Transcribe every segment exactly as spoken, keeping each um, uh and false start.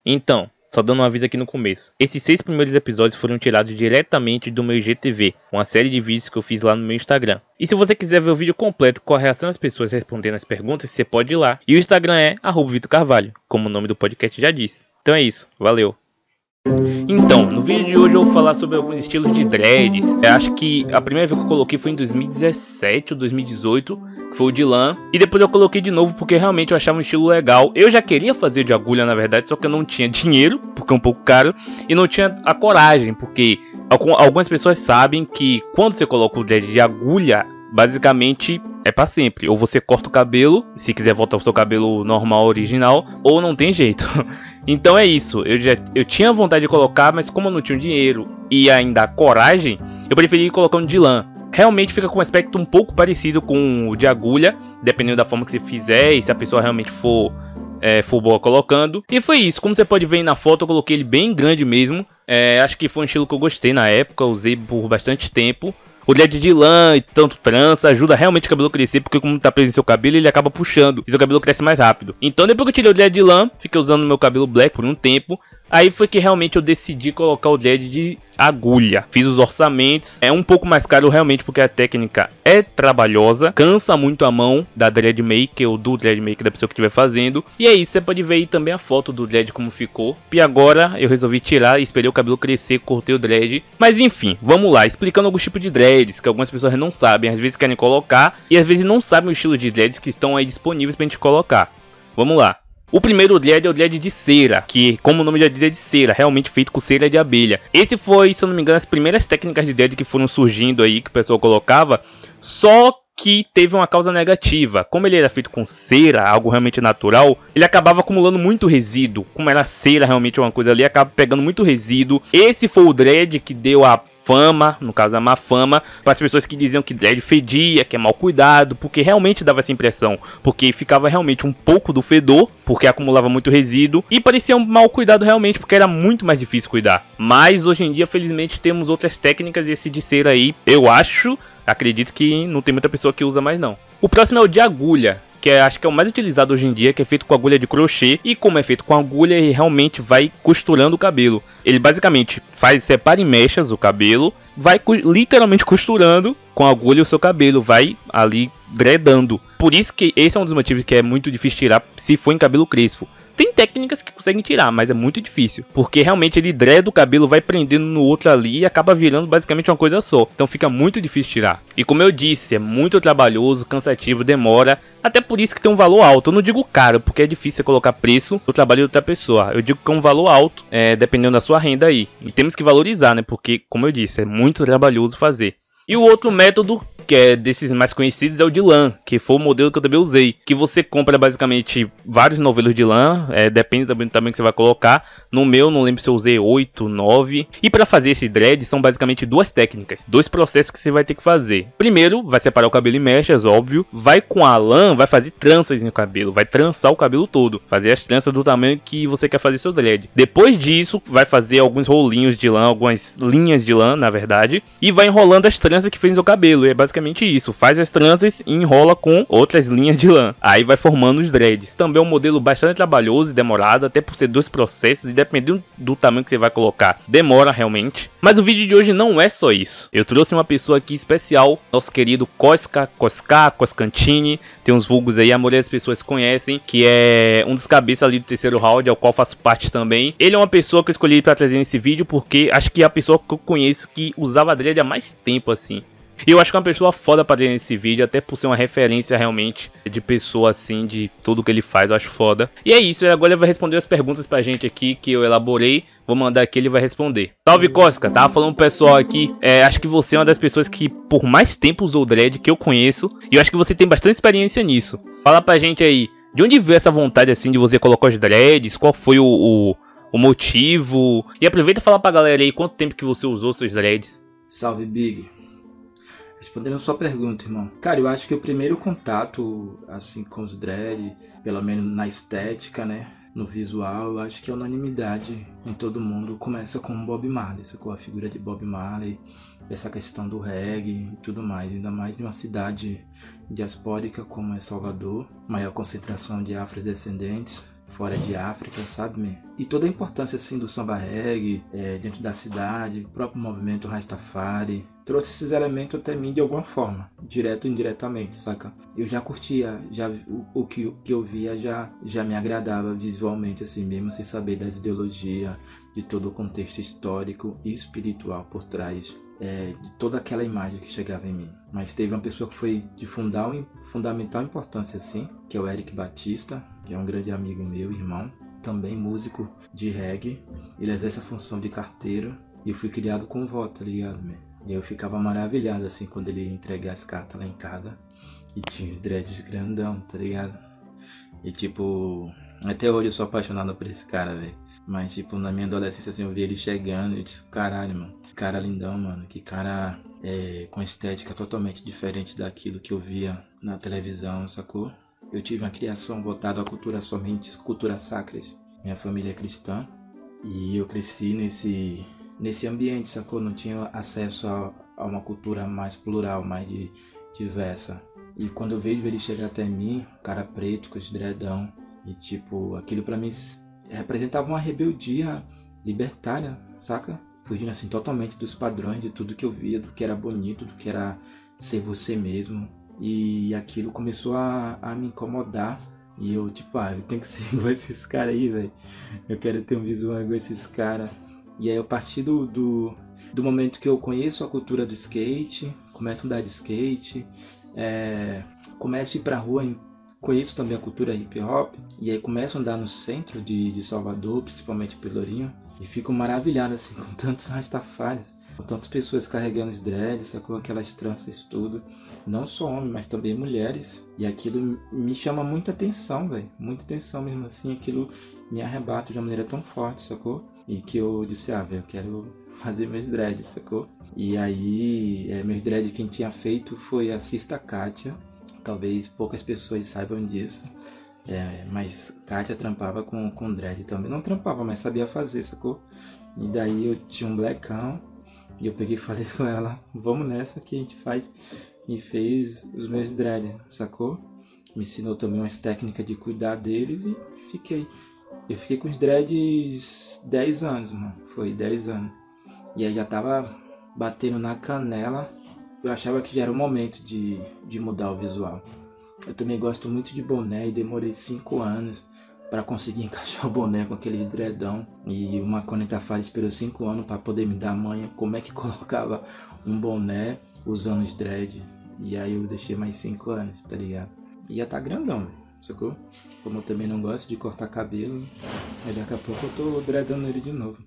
Então, só dando um aviso aqui no começo. Esses seis primeiros episódios foram tirados diretamente do meu I G T V, uma série de vídeos que eu fiz lá no meu Instagram. E se você quiser ver o vídeo completo com a reação das pessoas respondendo as perguntas, você pode ir lá. E o Instagram é arroba Vitor Carvalho, como o nome do podcast já disse. Então é isso, valeu! Então, no vídeo de hoje eu vou falar sobre alguns estilos de dreads. Eu acho que a primeira vez que eu coloquei foi em dois mil e dezessete ou dois mil e dezoito, que foi o de lã. E depois eu coloquei de novo porque realmente eu achava um estilo legal. Eu já queria fazer de agulha, na verdade, só que eu não tinha dinheiro, porque é um pouco caro. E não tinha a coragem, porque algumas pessoas sabem que quando você coloca o dread de agulha, basicamente é pra sempre. Ou você corta o cabelo, se quiser voltar ao seu cabelo normal, original, ou não tem jeito. Então é isso, eu, já, eu tinha vontade de colocar, mas como eu não tinha dinheiro e ainda a coragem, eu preferi colocar um de lã. Realmente fica com um aspecto um pouco parecido com o de agulha, dependendo da forma que você fizer e se a pessoa realmente for, é, for boa colocando. E foi isso, como você pode ver aí na foto, eu coloquei ele bem grande mesmo. É, acho que foi um estilo que eu gostei na época, eu usei por bastante tempo. O dread de lã e tanto trança ajuda realmente o cabelo a crescer, porque como tá preso em seu cabelo, ele acaba puxando e seu cabelo cresce mais rápido. Então depois que eu tirei o dread de lã, fiquei usando meu cabelo black por um tempo. Aí foi que realmente eu decidi colocar o dread de agulha. Fiz os orçamentos. É um pouco mais caro realmente porque a técnica é trabalhosa. Cansa muito a mão da dread maker ou do dread maker da pessoa que estiver fazendo. E é isso, você pode ver aí também a foto do dread como ficou. E agora eu resolvi tirar e esperei o cabelo crescer, cortei o dread. Mas enfim, vamos lá, explicando alguns tipos de dreads que algumas pessoas não sabem. Às vezes querem colocar e às vezes não sabem o estilo de dreads que estão aí disponíveis pra gente colocar. Vamos lá. O primeiro dread é o dread de cera, que como o nome já diz é de cera, realmente feito com cera de abelha. Esse foi, se eu não me engano, as primeiras técnicas de dread que foram surgindo aí, que o pessoal colocava, só que teve uma causa negativa. Como ele era feito com cera, algo realmente natural, ele acabava acumulando muito resíduo. Como era cera realmente uma coisa ali, acaba pegando muito resíduo. Esse foi o dread que deu a fama, no caso a má fama, para as pessoas que diziam que dread fedia, que é mal cuidado, porque realmente dava essa impressão, porque ficava realmente um pouco do fedor, porque acumulava muito resíduo, e parecia um mal cuidado realmente, porque era muito mais difícil cuidar. Mas hoje em dia, felizmente, temos outras técnicas, e esse de cera aí, eu acho, acredito que não tem muita pessoa que usa mais não. O próximo é o de agulha, que é, acho que é o mais utilizado hoje em dia, que é feito com agulha de crochê. E como é feito com agulha, ele realmente vai costurando o cabelo. Ele basicamente faz, separa em mechas o cabelo, vai literalmente costurando com a agulha o seu cabelo, vai ali dreadando. Por isso que esse é um dos motivos que é muito difícil tirar se for em cabelo crespo. Tem técnicas que conseguem tirar, mas é muito difícil. Porque realmente ele dreda o cabelo, vai prendendo no outro ali e acaba virando basicamente uma coisa só. Então fica muito difícil tirar. E como eu disse, é muito trabalhoso, cansativo, demora. Até por isso que tem um valor alto. Eu não digo caro, porque é difícil você colocar preço no trabalho de outra pessoa. Eu digo que é um valor alto, é, dependendo da sua renda aí. E temos que valorizar, né? Porque, como eu disse, é muito trabalhoso fazer. E o outro método, que é desses mais conhecidos, é o de lã, que foi o modelo que eu também usei. Que você compra basicamente vários novelos de lã, é, depende também do tamanho que você vai colocar. No meu, não lembro se eu usei oito, nove. E para fazer esse dread, são basicamente duas técnicas, dois processos que você vai ter que fazer. Primeiro, vai separar o cabelo em mechas, óbvio. Vai com a lã, vai fazer tranças no cabelo, vai trançar o cabelo todo. Fazer as tranças do tamanho que você quer fazer seu dread. Depois disso, vai fazer alguns rolinhos de lã, algumas linhas de lã, na verdade. E vai enrolando as tranças que fez no cabelo, e é basicamente isso, faz as tranças e enrola com outras linhas de lã, aí vai formando os dreads. Também é um modelo bastante trabalhoso e demorado, até por ser dois processos e dependendo do tamanho que você vai colocar, demora realmente. Mas o vídeo de hoje não é só isso, eu trouxe uma pessoa aqui especial, nosso querido Cosca, Cosca, Coscantini, tem uns vulgos aí, a maioria das pessoas conhecem, que é um dos cabeças ali do terceiro round, ao qual faço parte também. Ele é uma pessoa que eu escolhi para trazer nesse vídeo, porque acho que é a pessoa que eu conheço que usava dread há mais tempo assim. E eu acho que é uma pessoa foda pra ter nesse vídeo, até por ser uma referência realmente de pessoa assim, de tudo que ele faz, eu acho foda. E é isso, agora ele vai responder as perguntas pra gente aqui, que eu elaborei, vou mandar aqui, ele vai responder. Salve Cosca, tava falando pro pessoal aqui, é, acho que você é uma das pessoas que por mais tempo usou dread que eu conheço, e eu acho que você tem bastante experiência nisso. Fala pra gente aí, de onde veio essa vontade assim de você colocar os dreads, qual foi o, o, o motivo? E aproveita e fala pra galera aí quanto tempo que você usou seus dreads. Salve Big. Respondendo a sua pergunta, irmão. Cara, eu acho que o primeiro contato, assim, com os dread, pelo menos na estética, né? No visual, eu acho que a unanimidade em todo mundo começa com Bob Marley, com a figura de Bob Marley, essa questão do reggae e tudo mais. Ainda mais em uma cidade diaspórica como é Salvador, maior concentração de afrodescendentes. fora de África, sabe, man? E toda a importância, assim, do samba reggae, é, dentro da cidade, o próprio movimento Rastafari, trouxe esses elementos até mim de alguma forma, direto ou indiretamente, saca? Eu já curtia, já, o, o, que, o que eu via já, já me agradava visualmente, assim, mesmo sem saber das ideologias, de todo o contexto histórico e espiritual por trás é, de toda aquela imagem que chegava em mim. Mas teve uma pessoa que foi de fundal, fundamental importância, assim, que é o Eric Batista, que é um grande amigo meu, irmão, também músico de reggae. Ele exerce a função de carteiro e eu fui criado com voto, tá ligado, man? E eu ficava maravilhado, assim, quando ele ia entregar as cartas lá em casa e tinha os dreads grandão, tá ligado? E, tipo, até hoje eu sou apaixonado por esse cara, velho. Mas, tipo, na minha adolescência, assim, eu vi ele chegando e eu disse, caralho, mano, que cara lindão, mano. Que cara é, com estética totalmente diferente daquilo que eu via na televisão, sacou? Eu tive uma criação voltada à cultura somente, culturas sacras. Minha família é cristã e eu cresci nesse, nesse ambiente, sacou? Não tinha acesso a, a uma cultura mais plural, mais de, diversa. E quando eu vejo ele chegar até mim, cara preto, com esse dreadão, e tipo, aquilo pra mim representava uma rebeldia libertária, saca? Fugindo assim totalmente dos padrões de tudo que eu via, do que era bonito, do que era ser você mesmo. E aquilo começou a, a me incomodar. E eu, tipo, ah, eu tenho que ser igual esses caras aí, velho. Eu quero ter um visual igual esses caras. E aí, a partir do, do, do momento que eu conheço a cultura do skate, começo a andar de skate, é, começo a ir pra rua, conheço também a cultura hip hop. E aí, começo a andar no centro de, de Salvador, principalmente Pelourinho. E fico maravilhado, assim, com tantos rastafares. Com tantas pessoas carregando os dreads, sacou? Aquelas tranças tudo. Não só homens, mas também mulheres. E aquilo me chama muita atenção, velho. Muita atenção mesmo assim. Aquilo me arrebata de uma maneira tão forte, sacou? E que eu disse, ah, velho, eu quero fazer meus dreads, sacou? E aí, é, meus dreads quem tinha feito foi a Sista Kátia. Talvez poucas pessoas saibam disso. É, mas Kátia trampava com, com dread também. Não trampava, mas sabia fazer, sacou? E daí eu tinha um blackão. E eu peguei e falei com ela, vamos nessa que a gente faz. E fez os meus dreads, sacou? Me ensinou também umas técnicas de cuidar deles e fiquei. Eu fiquei com os dreads dez anos, mano. Foi dez anos. E aí já tava batendo na canela. Eu achava que já era o momento de, de mudar o visual. Eu também gosto muito de boné e demorei cinco anos para conseguir encaixar o boné com aquele dreadão. E o Marconi Tafari esperou cinco anos para poder me dar manha como é que colocava um boné usando os dread. E aí eu deixei mais cinco anos, tá ligado? E já tá grandão, velho, sacou? Como eu também não gosto de cortar cabelo, aí daqui a pouco eu tô dreadando ele de novo.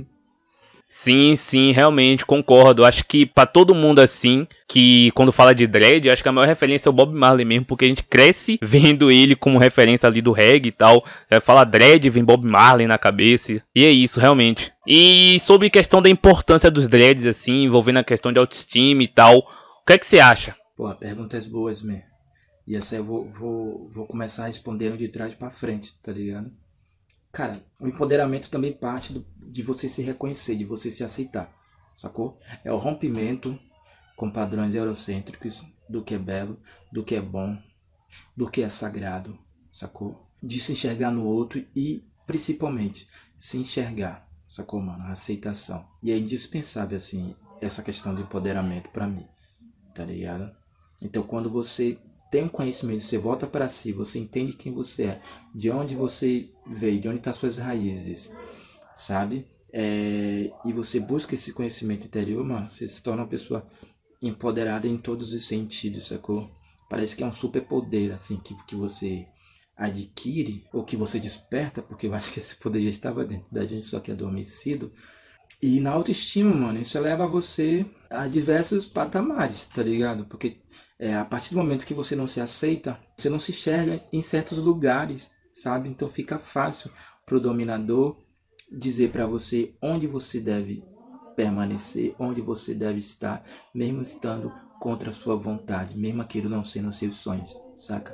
Sim, sim, realmente, concordo. Acho que pra todo mundo assim, que quando fala de dread, acho que a maior referência é o Bob Marley mesmo, porque a gente cresce vendo ele como referência ali do reggae e tal. É, fala dread, vem Bob Marley na cabeça. E é isso, realmente. E sobre questão da importância dos dreads, assim, envolvendo a questão de autoestima e tal, o que é que você acha? Pô, perguntas boas, mesmo. E essa eu vou, vou, vou começar respondendo de trás pra frente, tá ligado? Cara, o empoderamento também parte do, de você se reconhecer, de você se aceitar, sacou? É o rompimento com padrões eurocêntricos do que é belo, do que é bom, do que é sagrado, sacou? De se enxergar no outro e, principalmente, se enxergar, sacou, mano? A aceitação. E é indispensável, assim, essa questão do empoderamento pra mim, tá ligado? Então, quando você tem um conhecimento, você volta para si, você entende quem você é, de onde você veio, de onde estão suas raízes, sabe? É, e você busca esse conhecimento interior, mano, você se torna uma pessoa empoderada em todos os sentidos, sacou? Parece que é um superpoder, assim, que, que você adquire, ou que você desperta, porque eu acho que esse poder já estava dentro da gente, só que adormecido. E na autoestima, mano, isso leva você a diversos patamares, tá ligado? Porque é, a partir do momento que você não se aceita, você não se enxerga em certos lugares, sabe? Então fica fácil pro dominador dizer pra você onde você deve permanecer, onde você deve estar, mesmo estando contra a sua vontade, mesmo aquilo não sendo os seus sonhos, saca?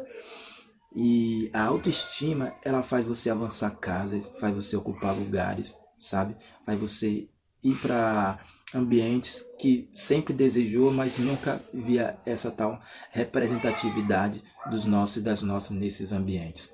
E a autoestima, ela faz você avançar casas, faz você ocupar lugares, sabe? Faz você ir para ambientes que sempre desejou, mas nunca via essa tal representatividade dos nossos e das nossas nesses ambientes,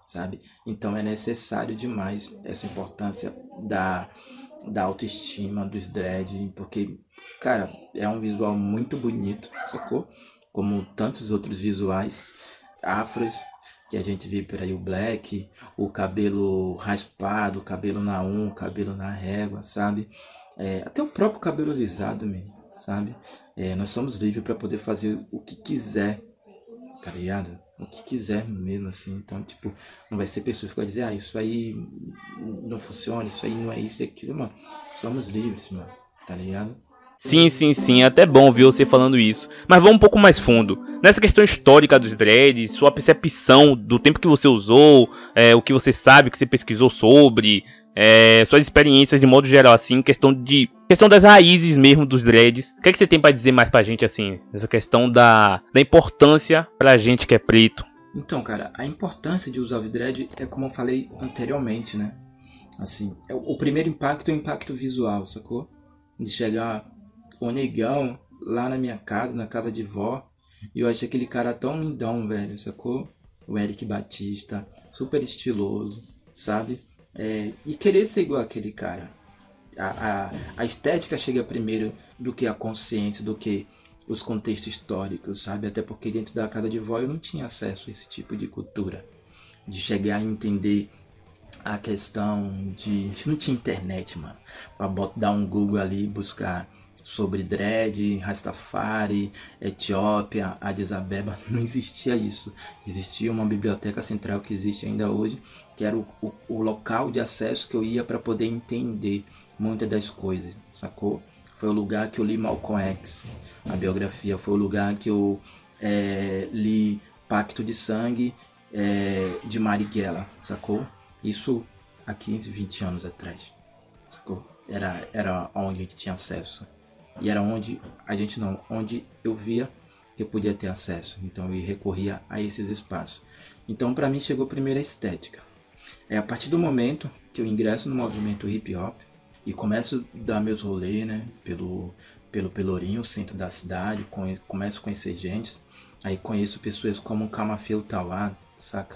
sabe? Então é necessário demais essa importância da, da autoestima dos dread, porque, cara, é um visual muito bonito, sacou? Como tantos outros visuais afros que a gente vê por aí, o black, o cabelo raspado, o cabelo na um, o cabelo na régua, sabe? É, até o próprio cabelo alisado, mesmo, sabe? É, nós somos livres para poder fazer o que quiser, tá ligado? O que quiser mesmo, assim. Então, tipo, não vai ser pessoas que vão dizer, ah, isso aí não funciona, isso aí não é isso e aquilo, mano. Somos livres, mano, tá ligado? Sim, sim, sim, é até bom ver você falando isso. Mas vamos um pouco mais fundo. Nessa questão histórica dos dreads, sua percepção do tempo que você usou, é, o que você sabe, o que você pesquisou sobre, é, suas experiências de modo geral, assim, questão de questão das raízes mesmo dos dreads. O que é que você tem pra dizer mais pra gente, assim, nessa questão da, da importância pra gente que é preto? Então, cara, a importância de usar o dread é como eu falei anteriormente, né? Assim, é o, o primeiro impacto é o impacto visual, sacou? De chegar o negão lá na minha casa, na casa de vó, e eu achei aquele cara tão lindão, velho, sacou? O Eric Batista, super estiloso, sabe? É, e querer ser igual aquele cara. A, a, a estética chega primeiro do que a consciência, do que os contextos históricos, sabe? Até porque dentro da casa de vó eu não tinha acesso a esse tipo de cultura. De chegar a entender a questão de... A gente não tinha internet, mano. Pra botar, dar um Google ali e buscar sobre dread, Rastafari, Etiópia, Addis Abeba. Não existia isso. Existia uma biblioteca central que existe ainda hoje, que era o, o, o local de acesso que eu ia para poder entender muitas das coisas, sacou? Foi o lugar que eu li Malcolm X, a biografia. Foi o lugar que eu é, li Pacto de Sangue, é, de Marighella, sacou? Isso há quinze, vinte anos atrás, sacou? Era, era onde a gente tinha acesso. E era onde a gente não, onde eu via que eu podia ter acesso. Então eu recorria a esses espaços. Então para mim chegou primeiro a estética. É a partir do momento que eu ingresso no movimento hip hop e começo a dar meus rolês, né, pelo, pelo Pelourinho, centro da cidade, começo a conhecer gente. Aí conheço pessoas como Camafeu Tawá, saca?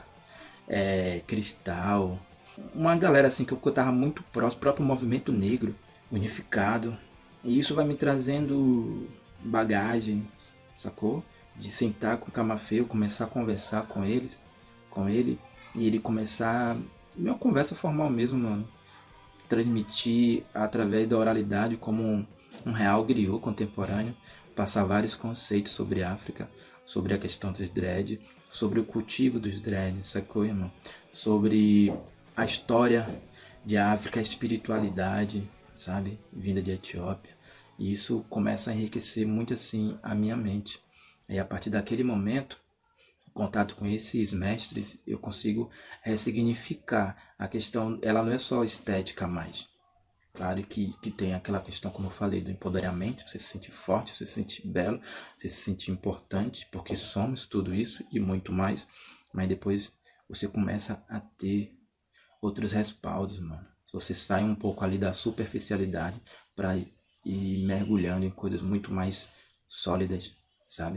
É, Cristal. Uma galera assim que eu tava muito próximo, o próprio movimento negro, unificado. E isso vai me trazendo bagagem, sacou? De sentar com o Camafeu, começar a conversar com eles, com ele, e ele começar, uma conversa formal mesmo, mano. Transmitir através da oralidade como um, um real griot contemporâneo, passar vários conceitos sobre África, sobre a questão dos dread, sobre o cultivo dos dread, sacou, irmão? Sobre a história de África, a espiritualidade, sabe? Vinda de Etiópia. E isso começa a enriquecer muito assim a minha mente. E a partir daquele momento, contato com esses mestres, eu consigo ressignificar a questão. Ela não é só estética mais. Claro que, que tem aquela questão, como eu falei, do empoderamento. Você se sente forte, você se sente belo, você se sente importante, porque somos tudo isso e muito mais. Mas depois você começa a ter outros respaldos, mano. Você sai um pouco ali da superficialidade para e mergulhando em coisas muito mais sólidas, sabe?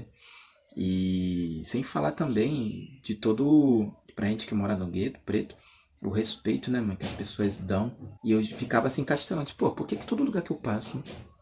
E sem falar também de todo, pra gente que mora no gueto preto, o respeito, né, mano, que as pessoas dão. E eu ficava assim castelando, tipo, pô, por que que todo lugar que eu passo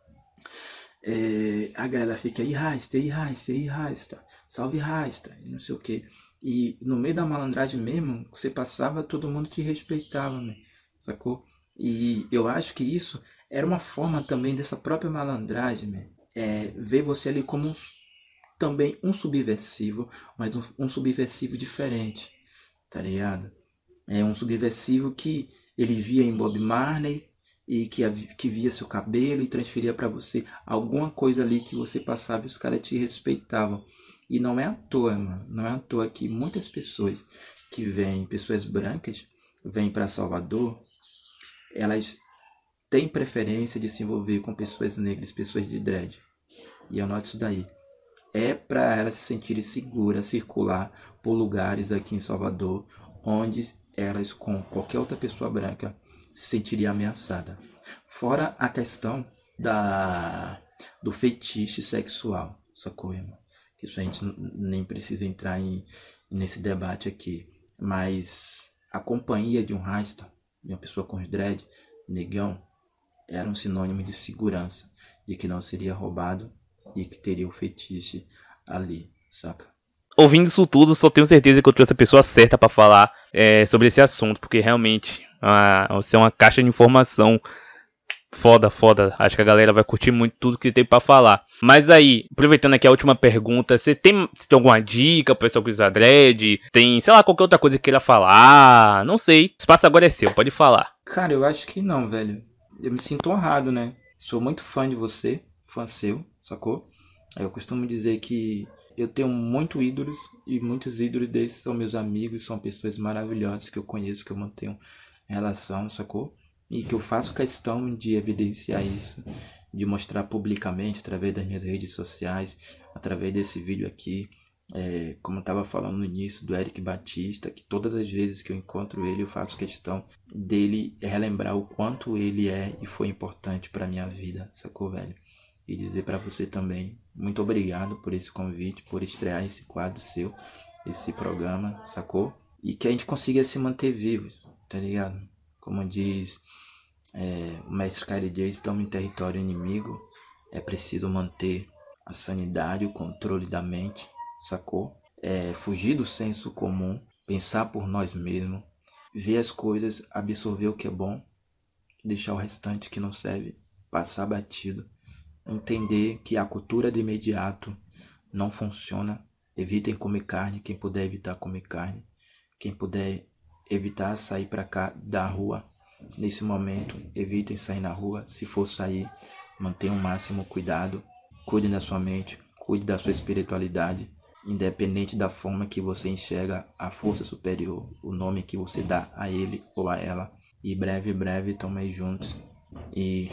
é, a galera fica aí, rasta, aí, rasta, aí, rasta, salve rasta, e não sei o que. E no meio da malandragem mesmo, você passava, todo mundo te respeitava, né, sacou? E eu acho que isso era uma forma também dessa própria malandragem, né? É, ver você ali como um, também um subversivo, mas um, um subversivo diferente, tá ligado? É um subversivo que ele via em Bob Marley e que, que via seu cabelo e transferia para você alguma coisa ali que você passava e os caras te respeitavam. E não é à toa, mano, não é à toa que muitas pessoas que vêm, pessoas brancas, vêm para Salvador, elas tem preferência de se envolver com pessoas negras, pessoas de dread. E eu noto isso daí. É para elas se sentirem seguras, circular por lugares aqui em Salvador, onde elas, com qualquer outra pessoa branca, se sentiriam ameaçadas. Fora a questão da, do fetiche sexual, sacou, irmão? Isso a gente nem precisa entrar em, nesse debate aqui. Mas a companhia de um rasta, de uma pessoa com dread, negão, era um sinônimo de segurança, de que não seria roubado e que teria o fetiche ali, saca? Ouvindo isso tudo, só tenho certeza que eu trouxe a pessoa certa pra falar é, sobre esse assunto, porque realmente ah, você é uma caixa de informação foda, foda. Acho que a galera vai curtir muito tudo que tem pra falar. Mas aí, aproveitando aqui a última pergunta, você tem, você tem alguma dica pro pessoal que usa dread? Tem, sei lá, qualquer outra coisa que queira falar? Não sei. O espaço agora é seu, pode falar. Cara, eu acho que não, velho. Eu me sinto honrado, né? Sou muito fã de você, fã seu, sacou? Eu costumo dizer que eu tenho muito ídolos e muitos ídolos desses são meus amigos, são pessoas maravilhosas que eu conheço, que eu mantenho relação, sacou? E que eu faço questão de evidenciar isso, de mostrar publicamente através das minhas redes sociais, através desse vídeo aqui. É, como eu estava falando no início do Eric Batista, que todas as vezes que eu encontro ele eu faço questão dele relembrar o quanto ele é e foi importante para minha vida, sacou, velho? E dizer para você também, muito obrigado por esse convite, por estrear esse quadro seu, esse programa, sacou? E que a gente consiga se manter vivo, tá ligado? Como diz é, o mestre K D J, estamos em território inimigo, é preciso manter a sanidade, o controle da mente, sacou? É, fugir do senso comum, pensar por nós mesmos, ver as coisas, absorver o que é bom, deixar o restante que não serve passar batido, entender que a cultura de imediato não funciona. Evitem comer carne, quem puder evitar comer carne, quem puder evitar sair para cá da rua nesse momento, evitem sair na rua. Se for sair, mantenham o máximo cuidado, cuide da sua mente, cuide da sua espiritualidade, independente da forma que você enxerga a força superior, o nome que você dá a ele ou a ela. E breve, breve, tamo aí juntos. E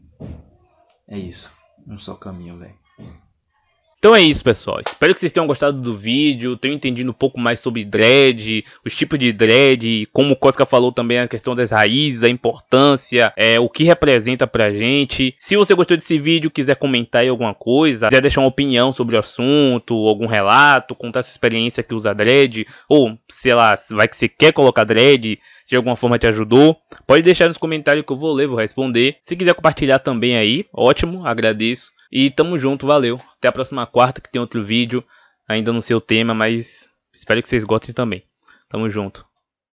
é isso, um só caminho, velho. Então é isso, pessoal. Espero que vocês tenham gostado do vídeo, tenham entendido um pouco mais sobre dread, os tipos de dread, como o Cosca falou também a questão das raízes, a importância, é, o que representa pra gente. Se você gostou desse vídeo, quiser comentar aí alguma coisa, quiser deixar uma opinião sobre o assunto, algum relato, contar sua experiência que usa dread, ou, sei lá, vai que você quer colocar dread, se de alguma forma te ajudou, pode deixar nos comentários que eu vou ler, vou responder. Se quiser compartilhar também aí, ótimo, agradeço. E tamo junto, valeu. Até a próxima quarta que tem outro vídeo. Ainda não sei o tema, mas espero que vocês gostem também. Tamo junto.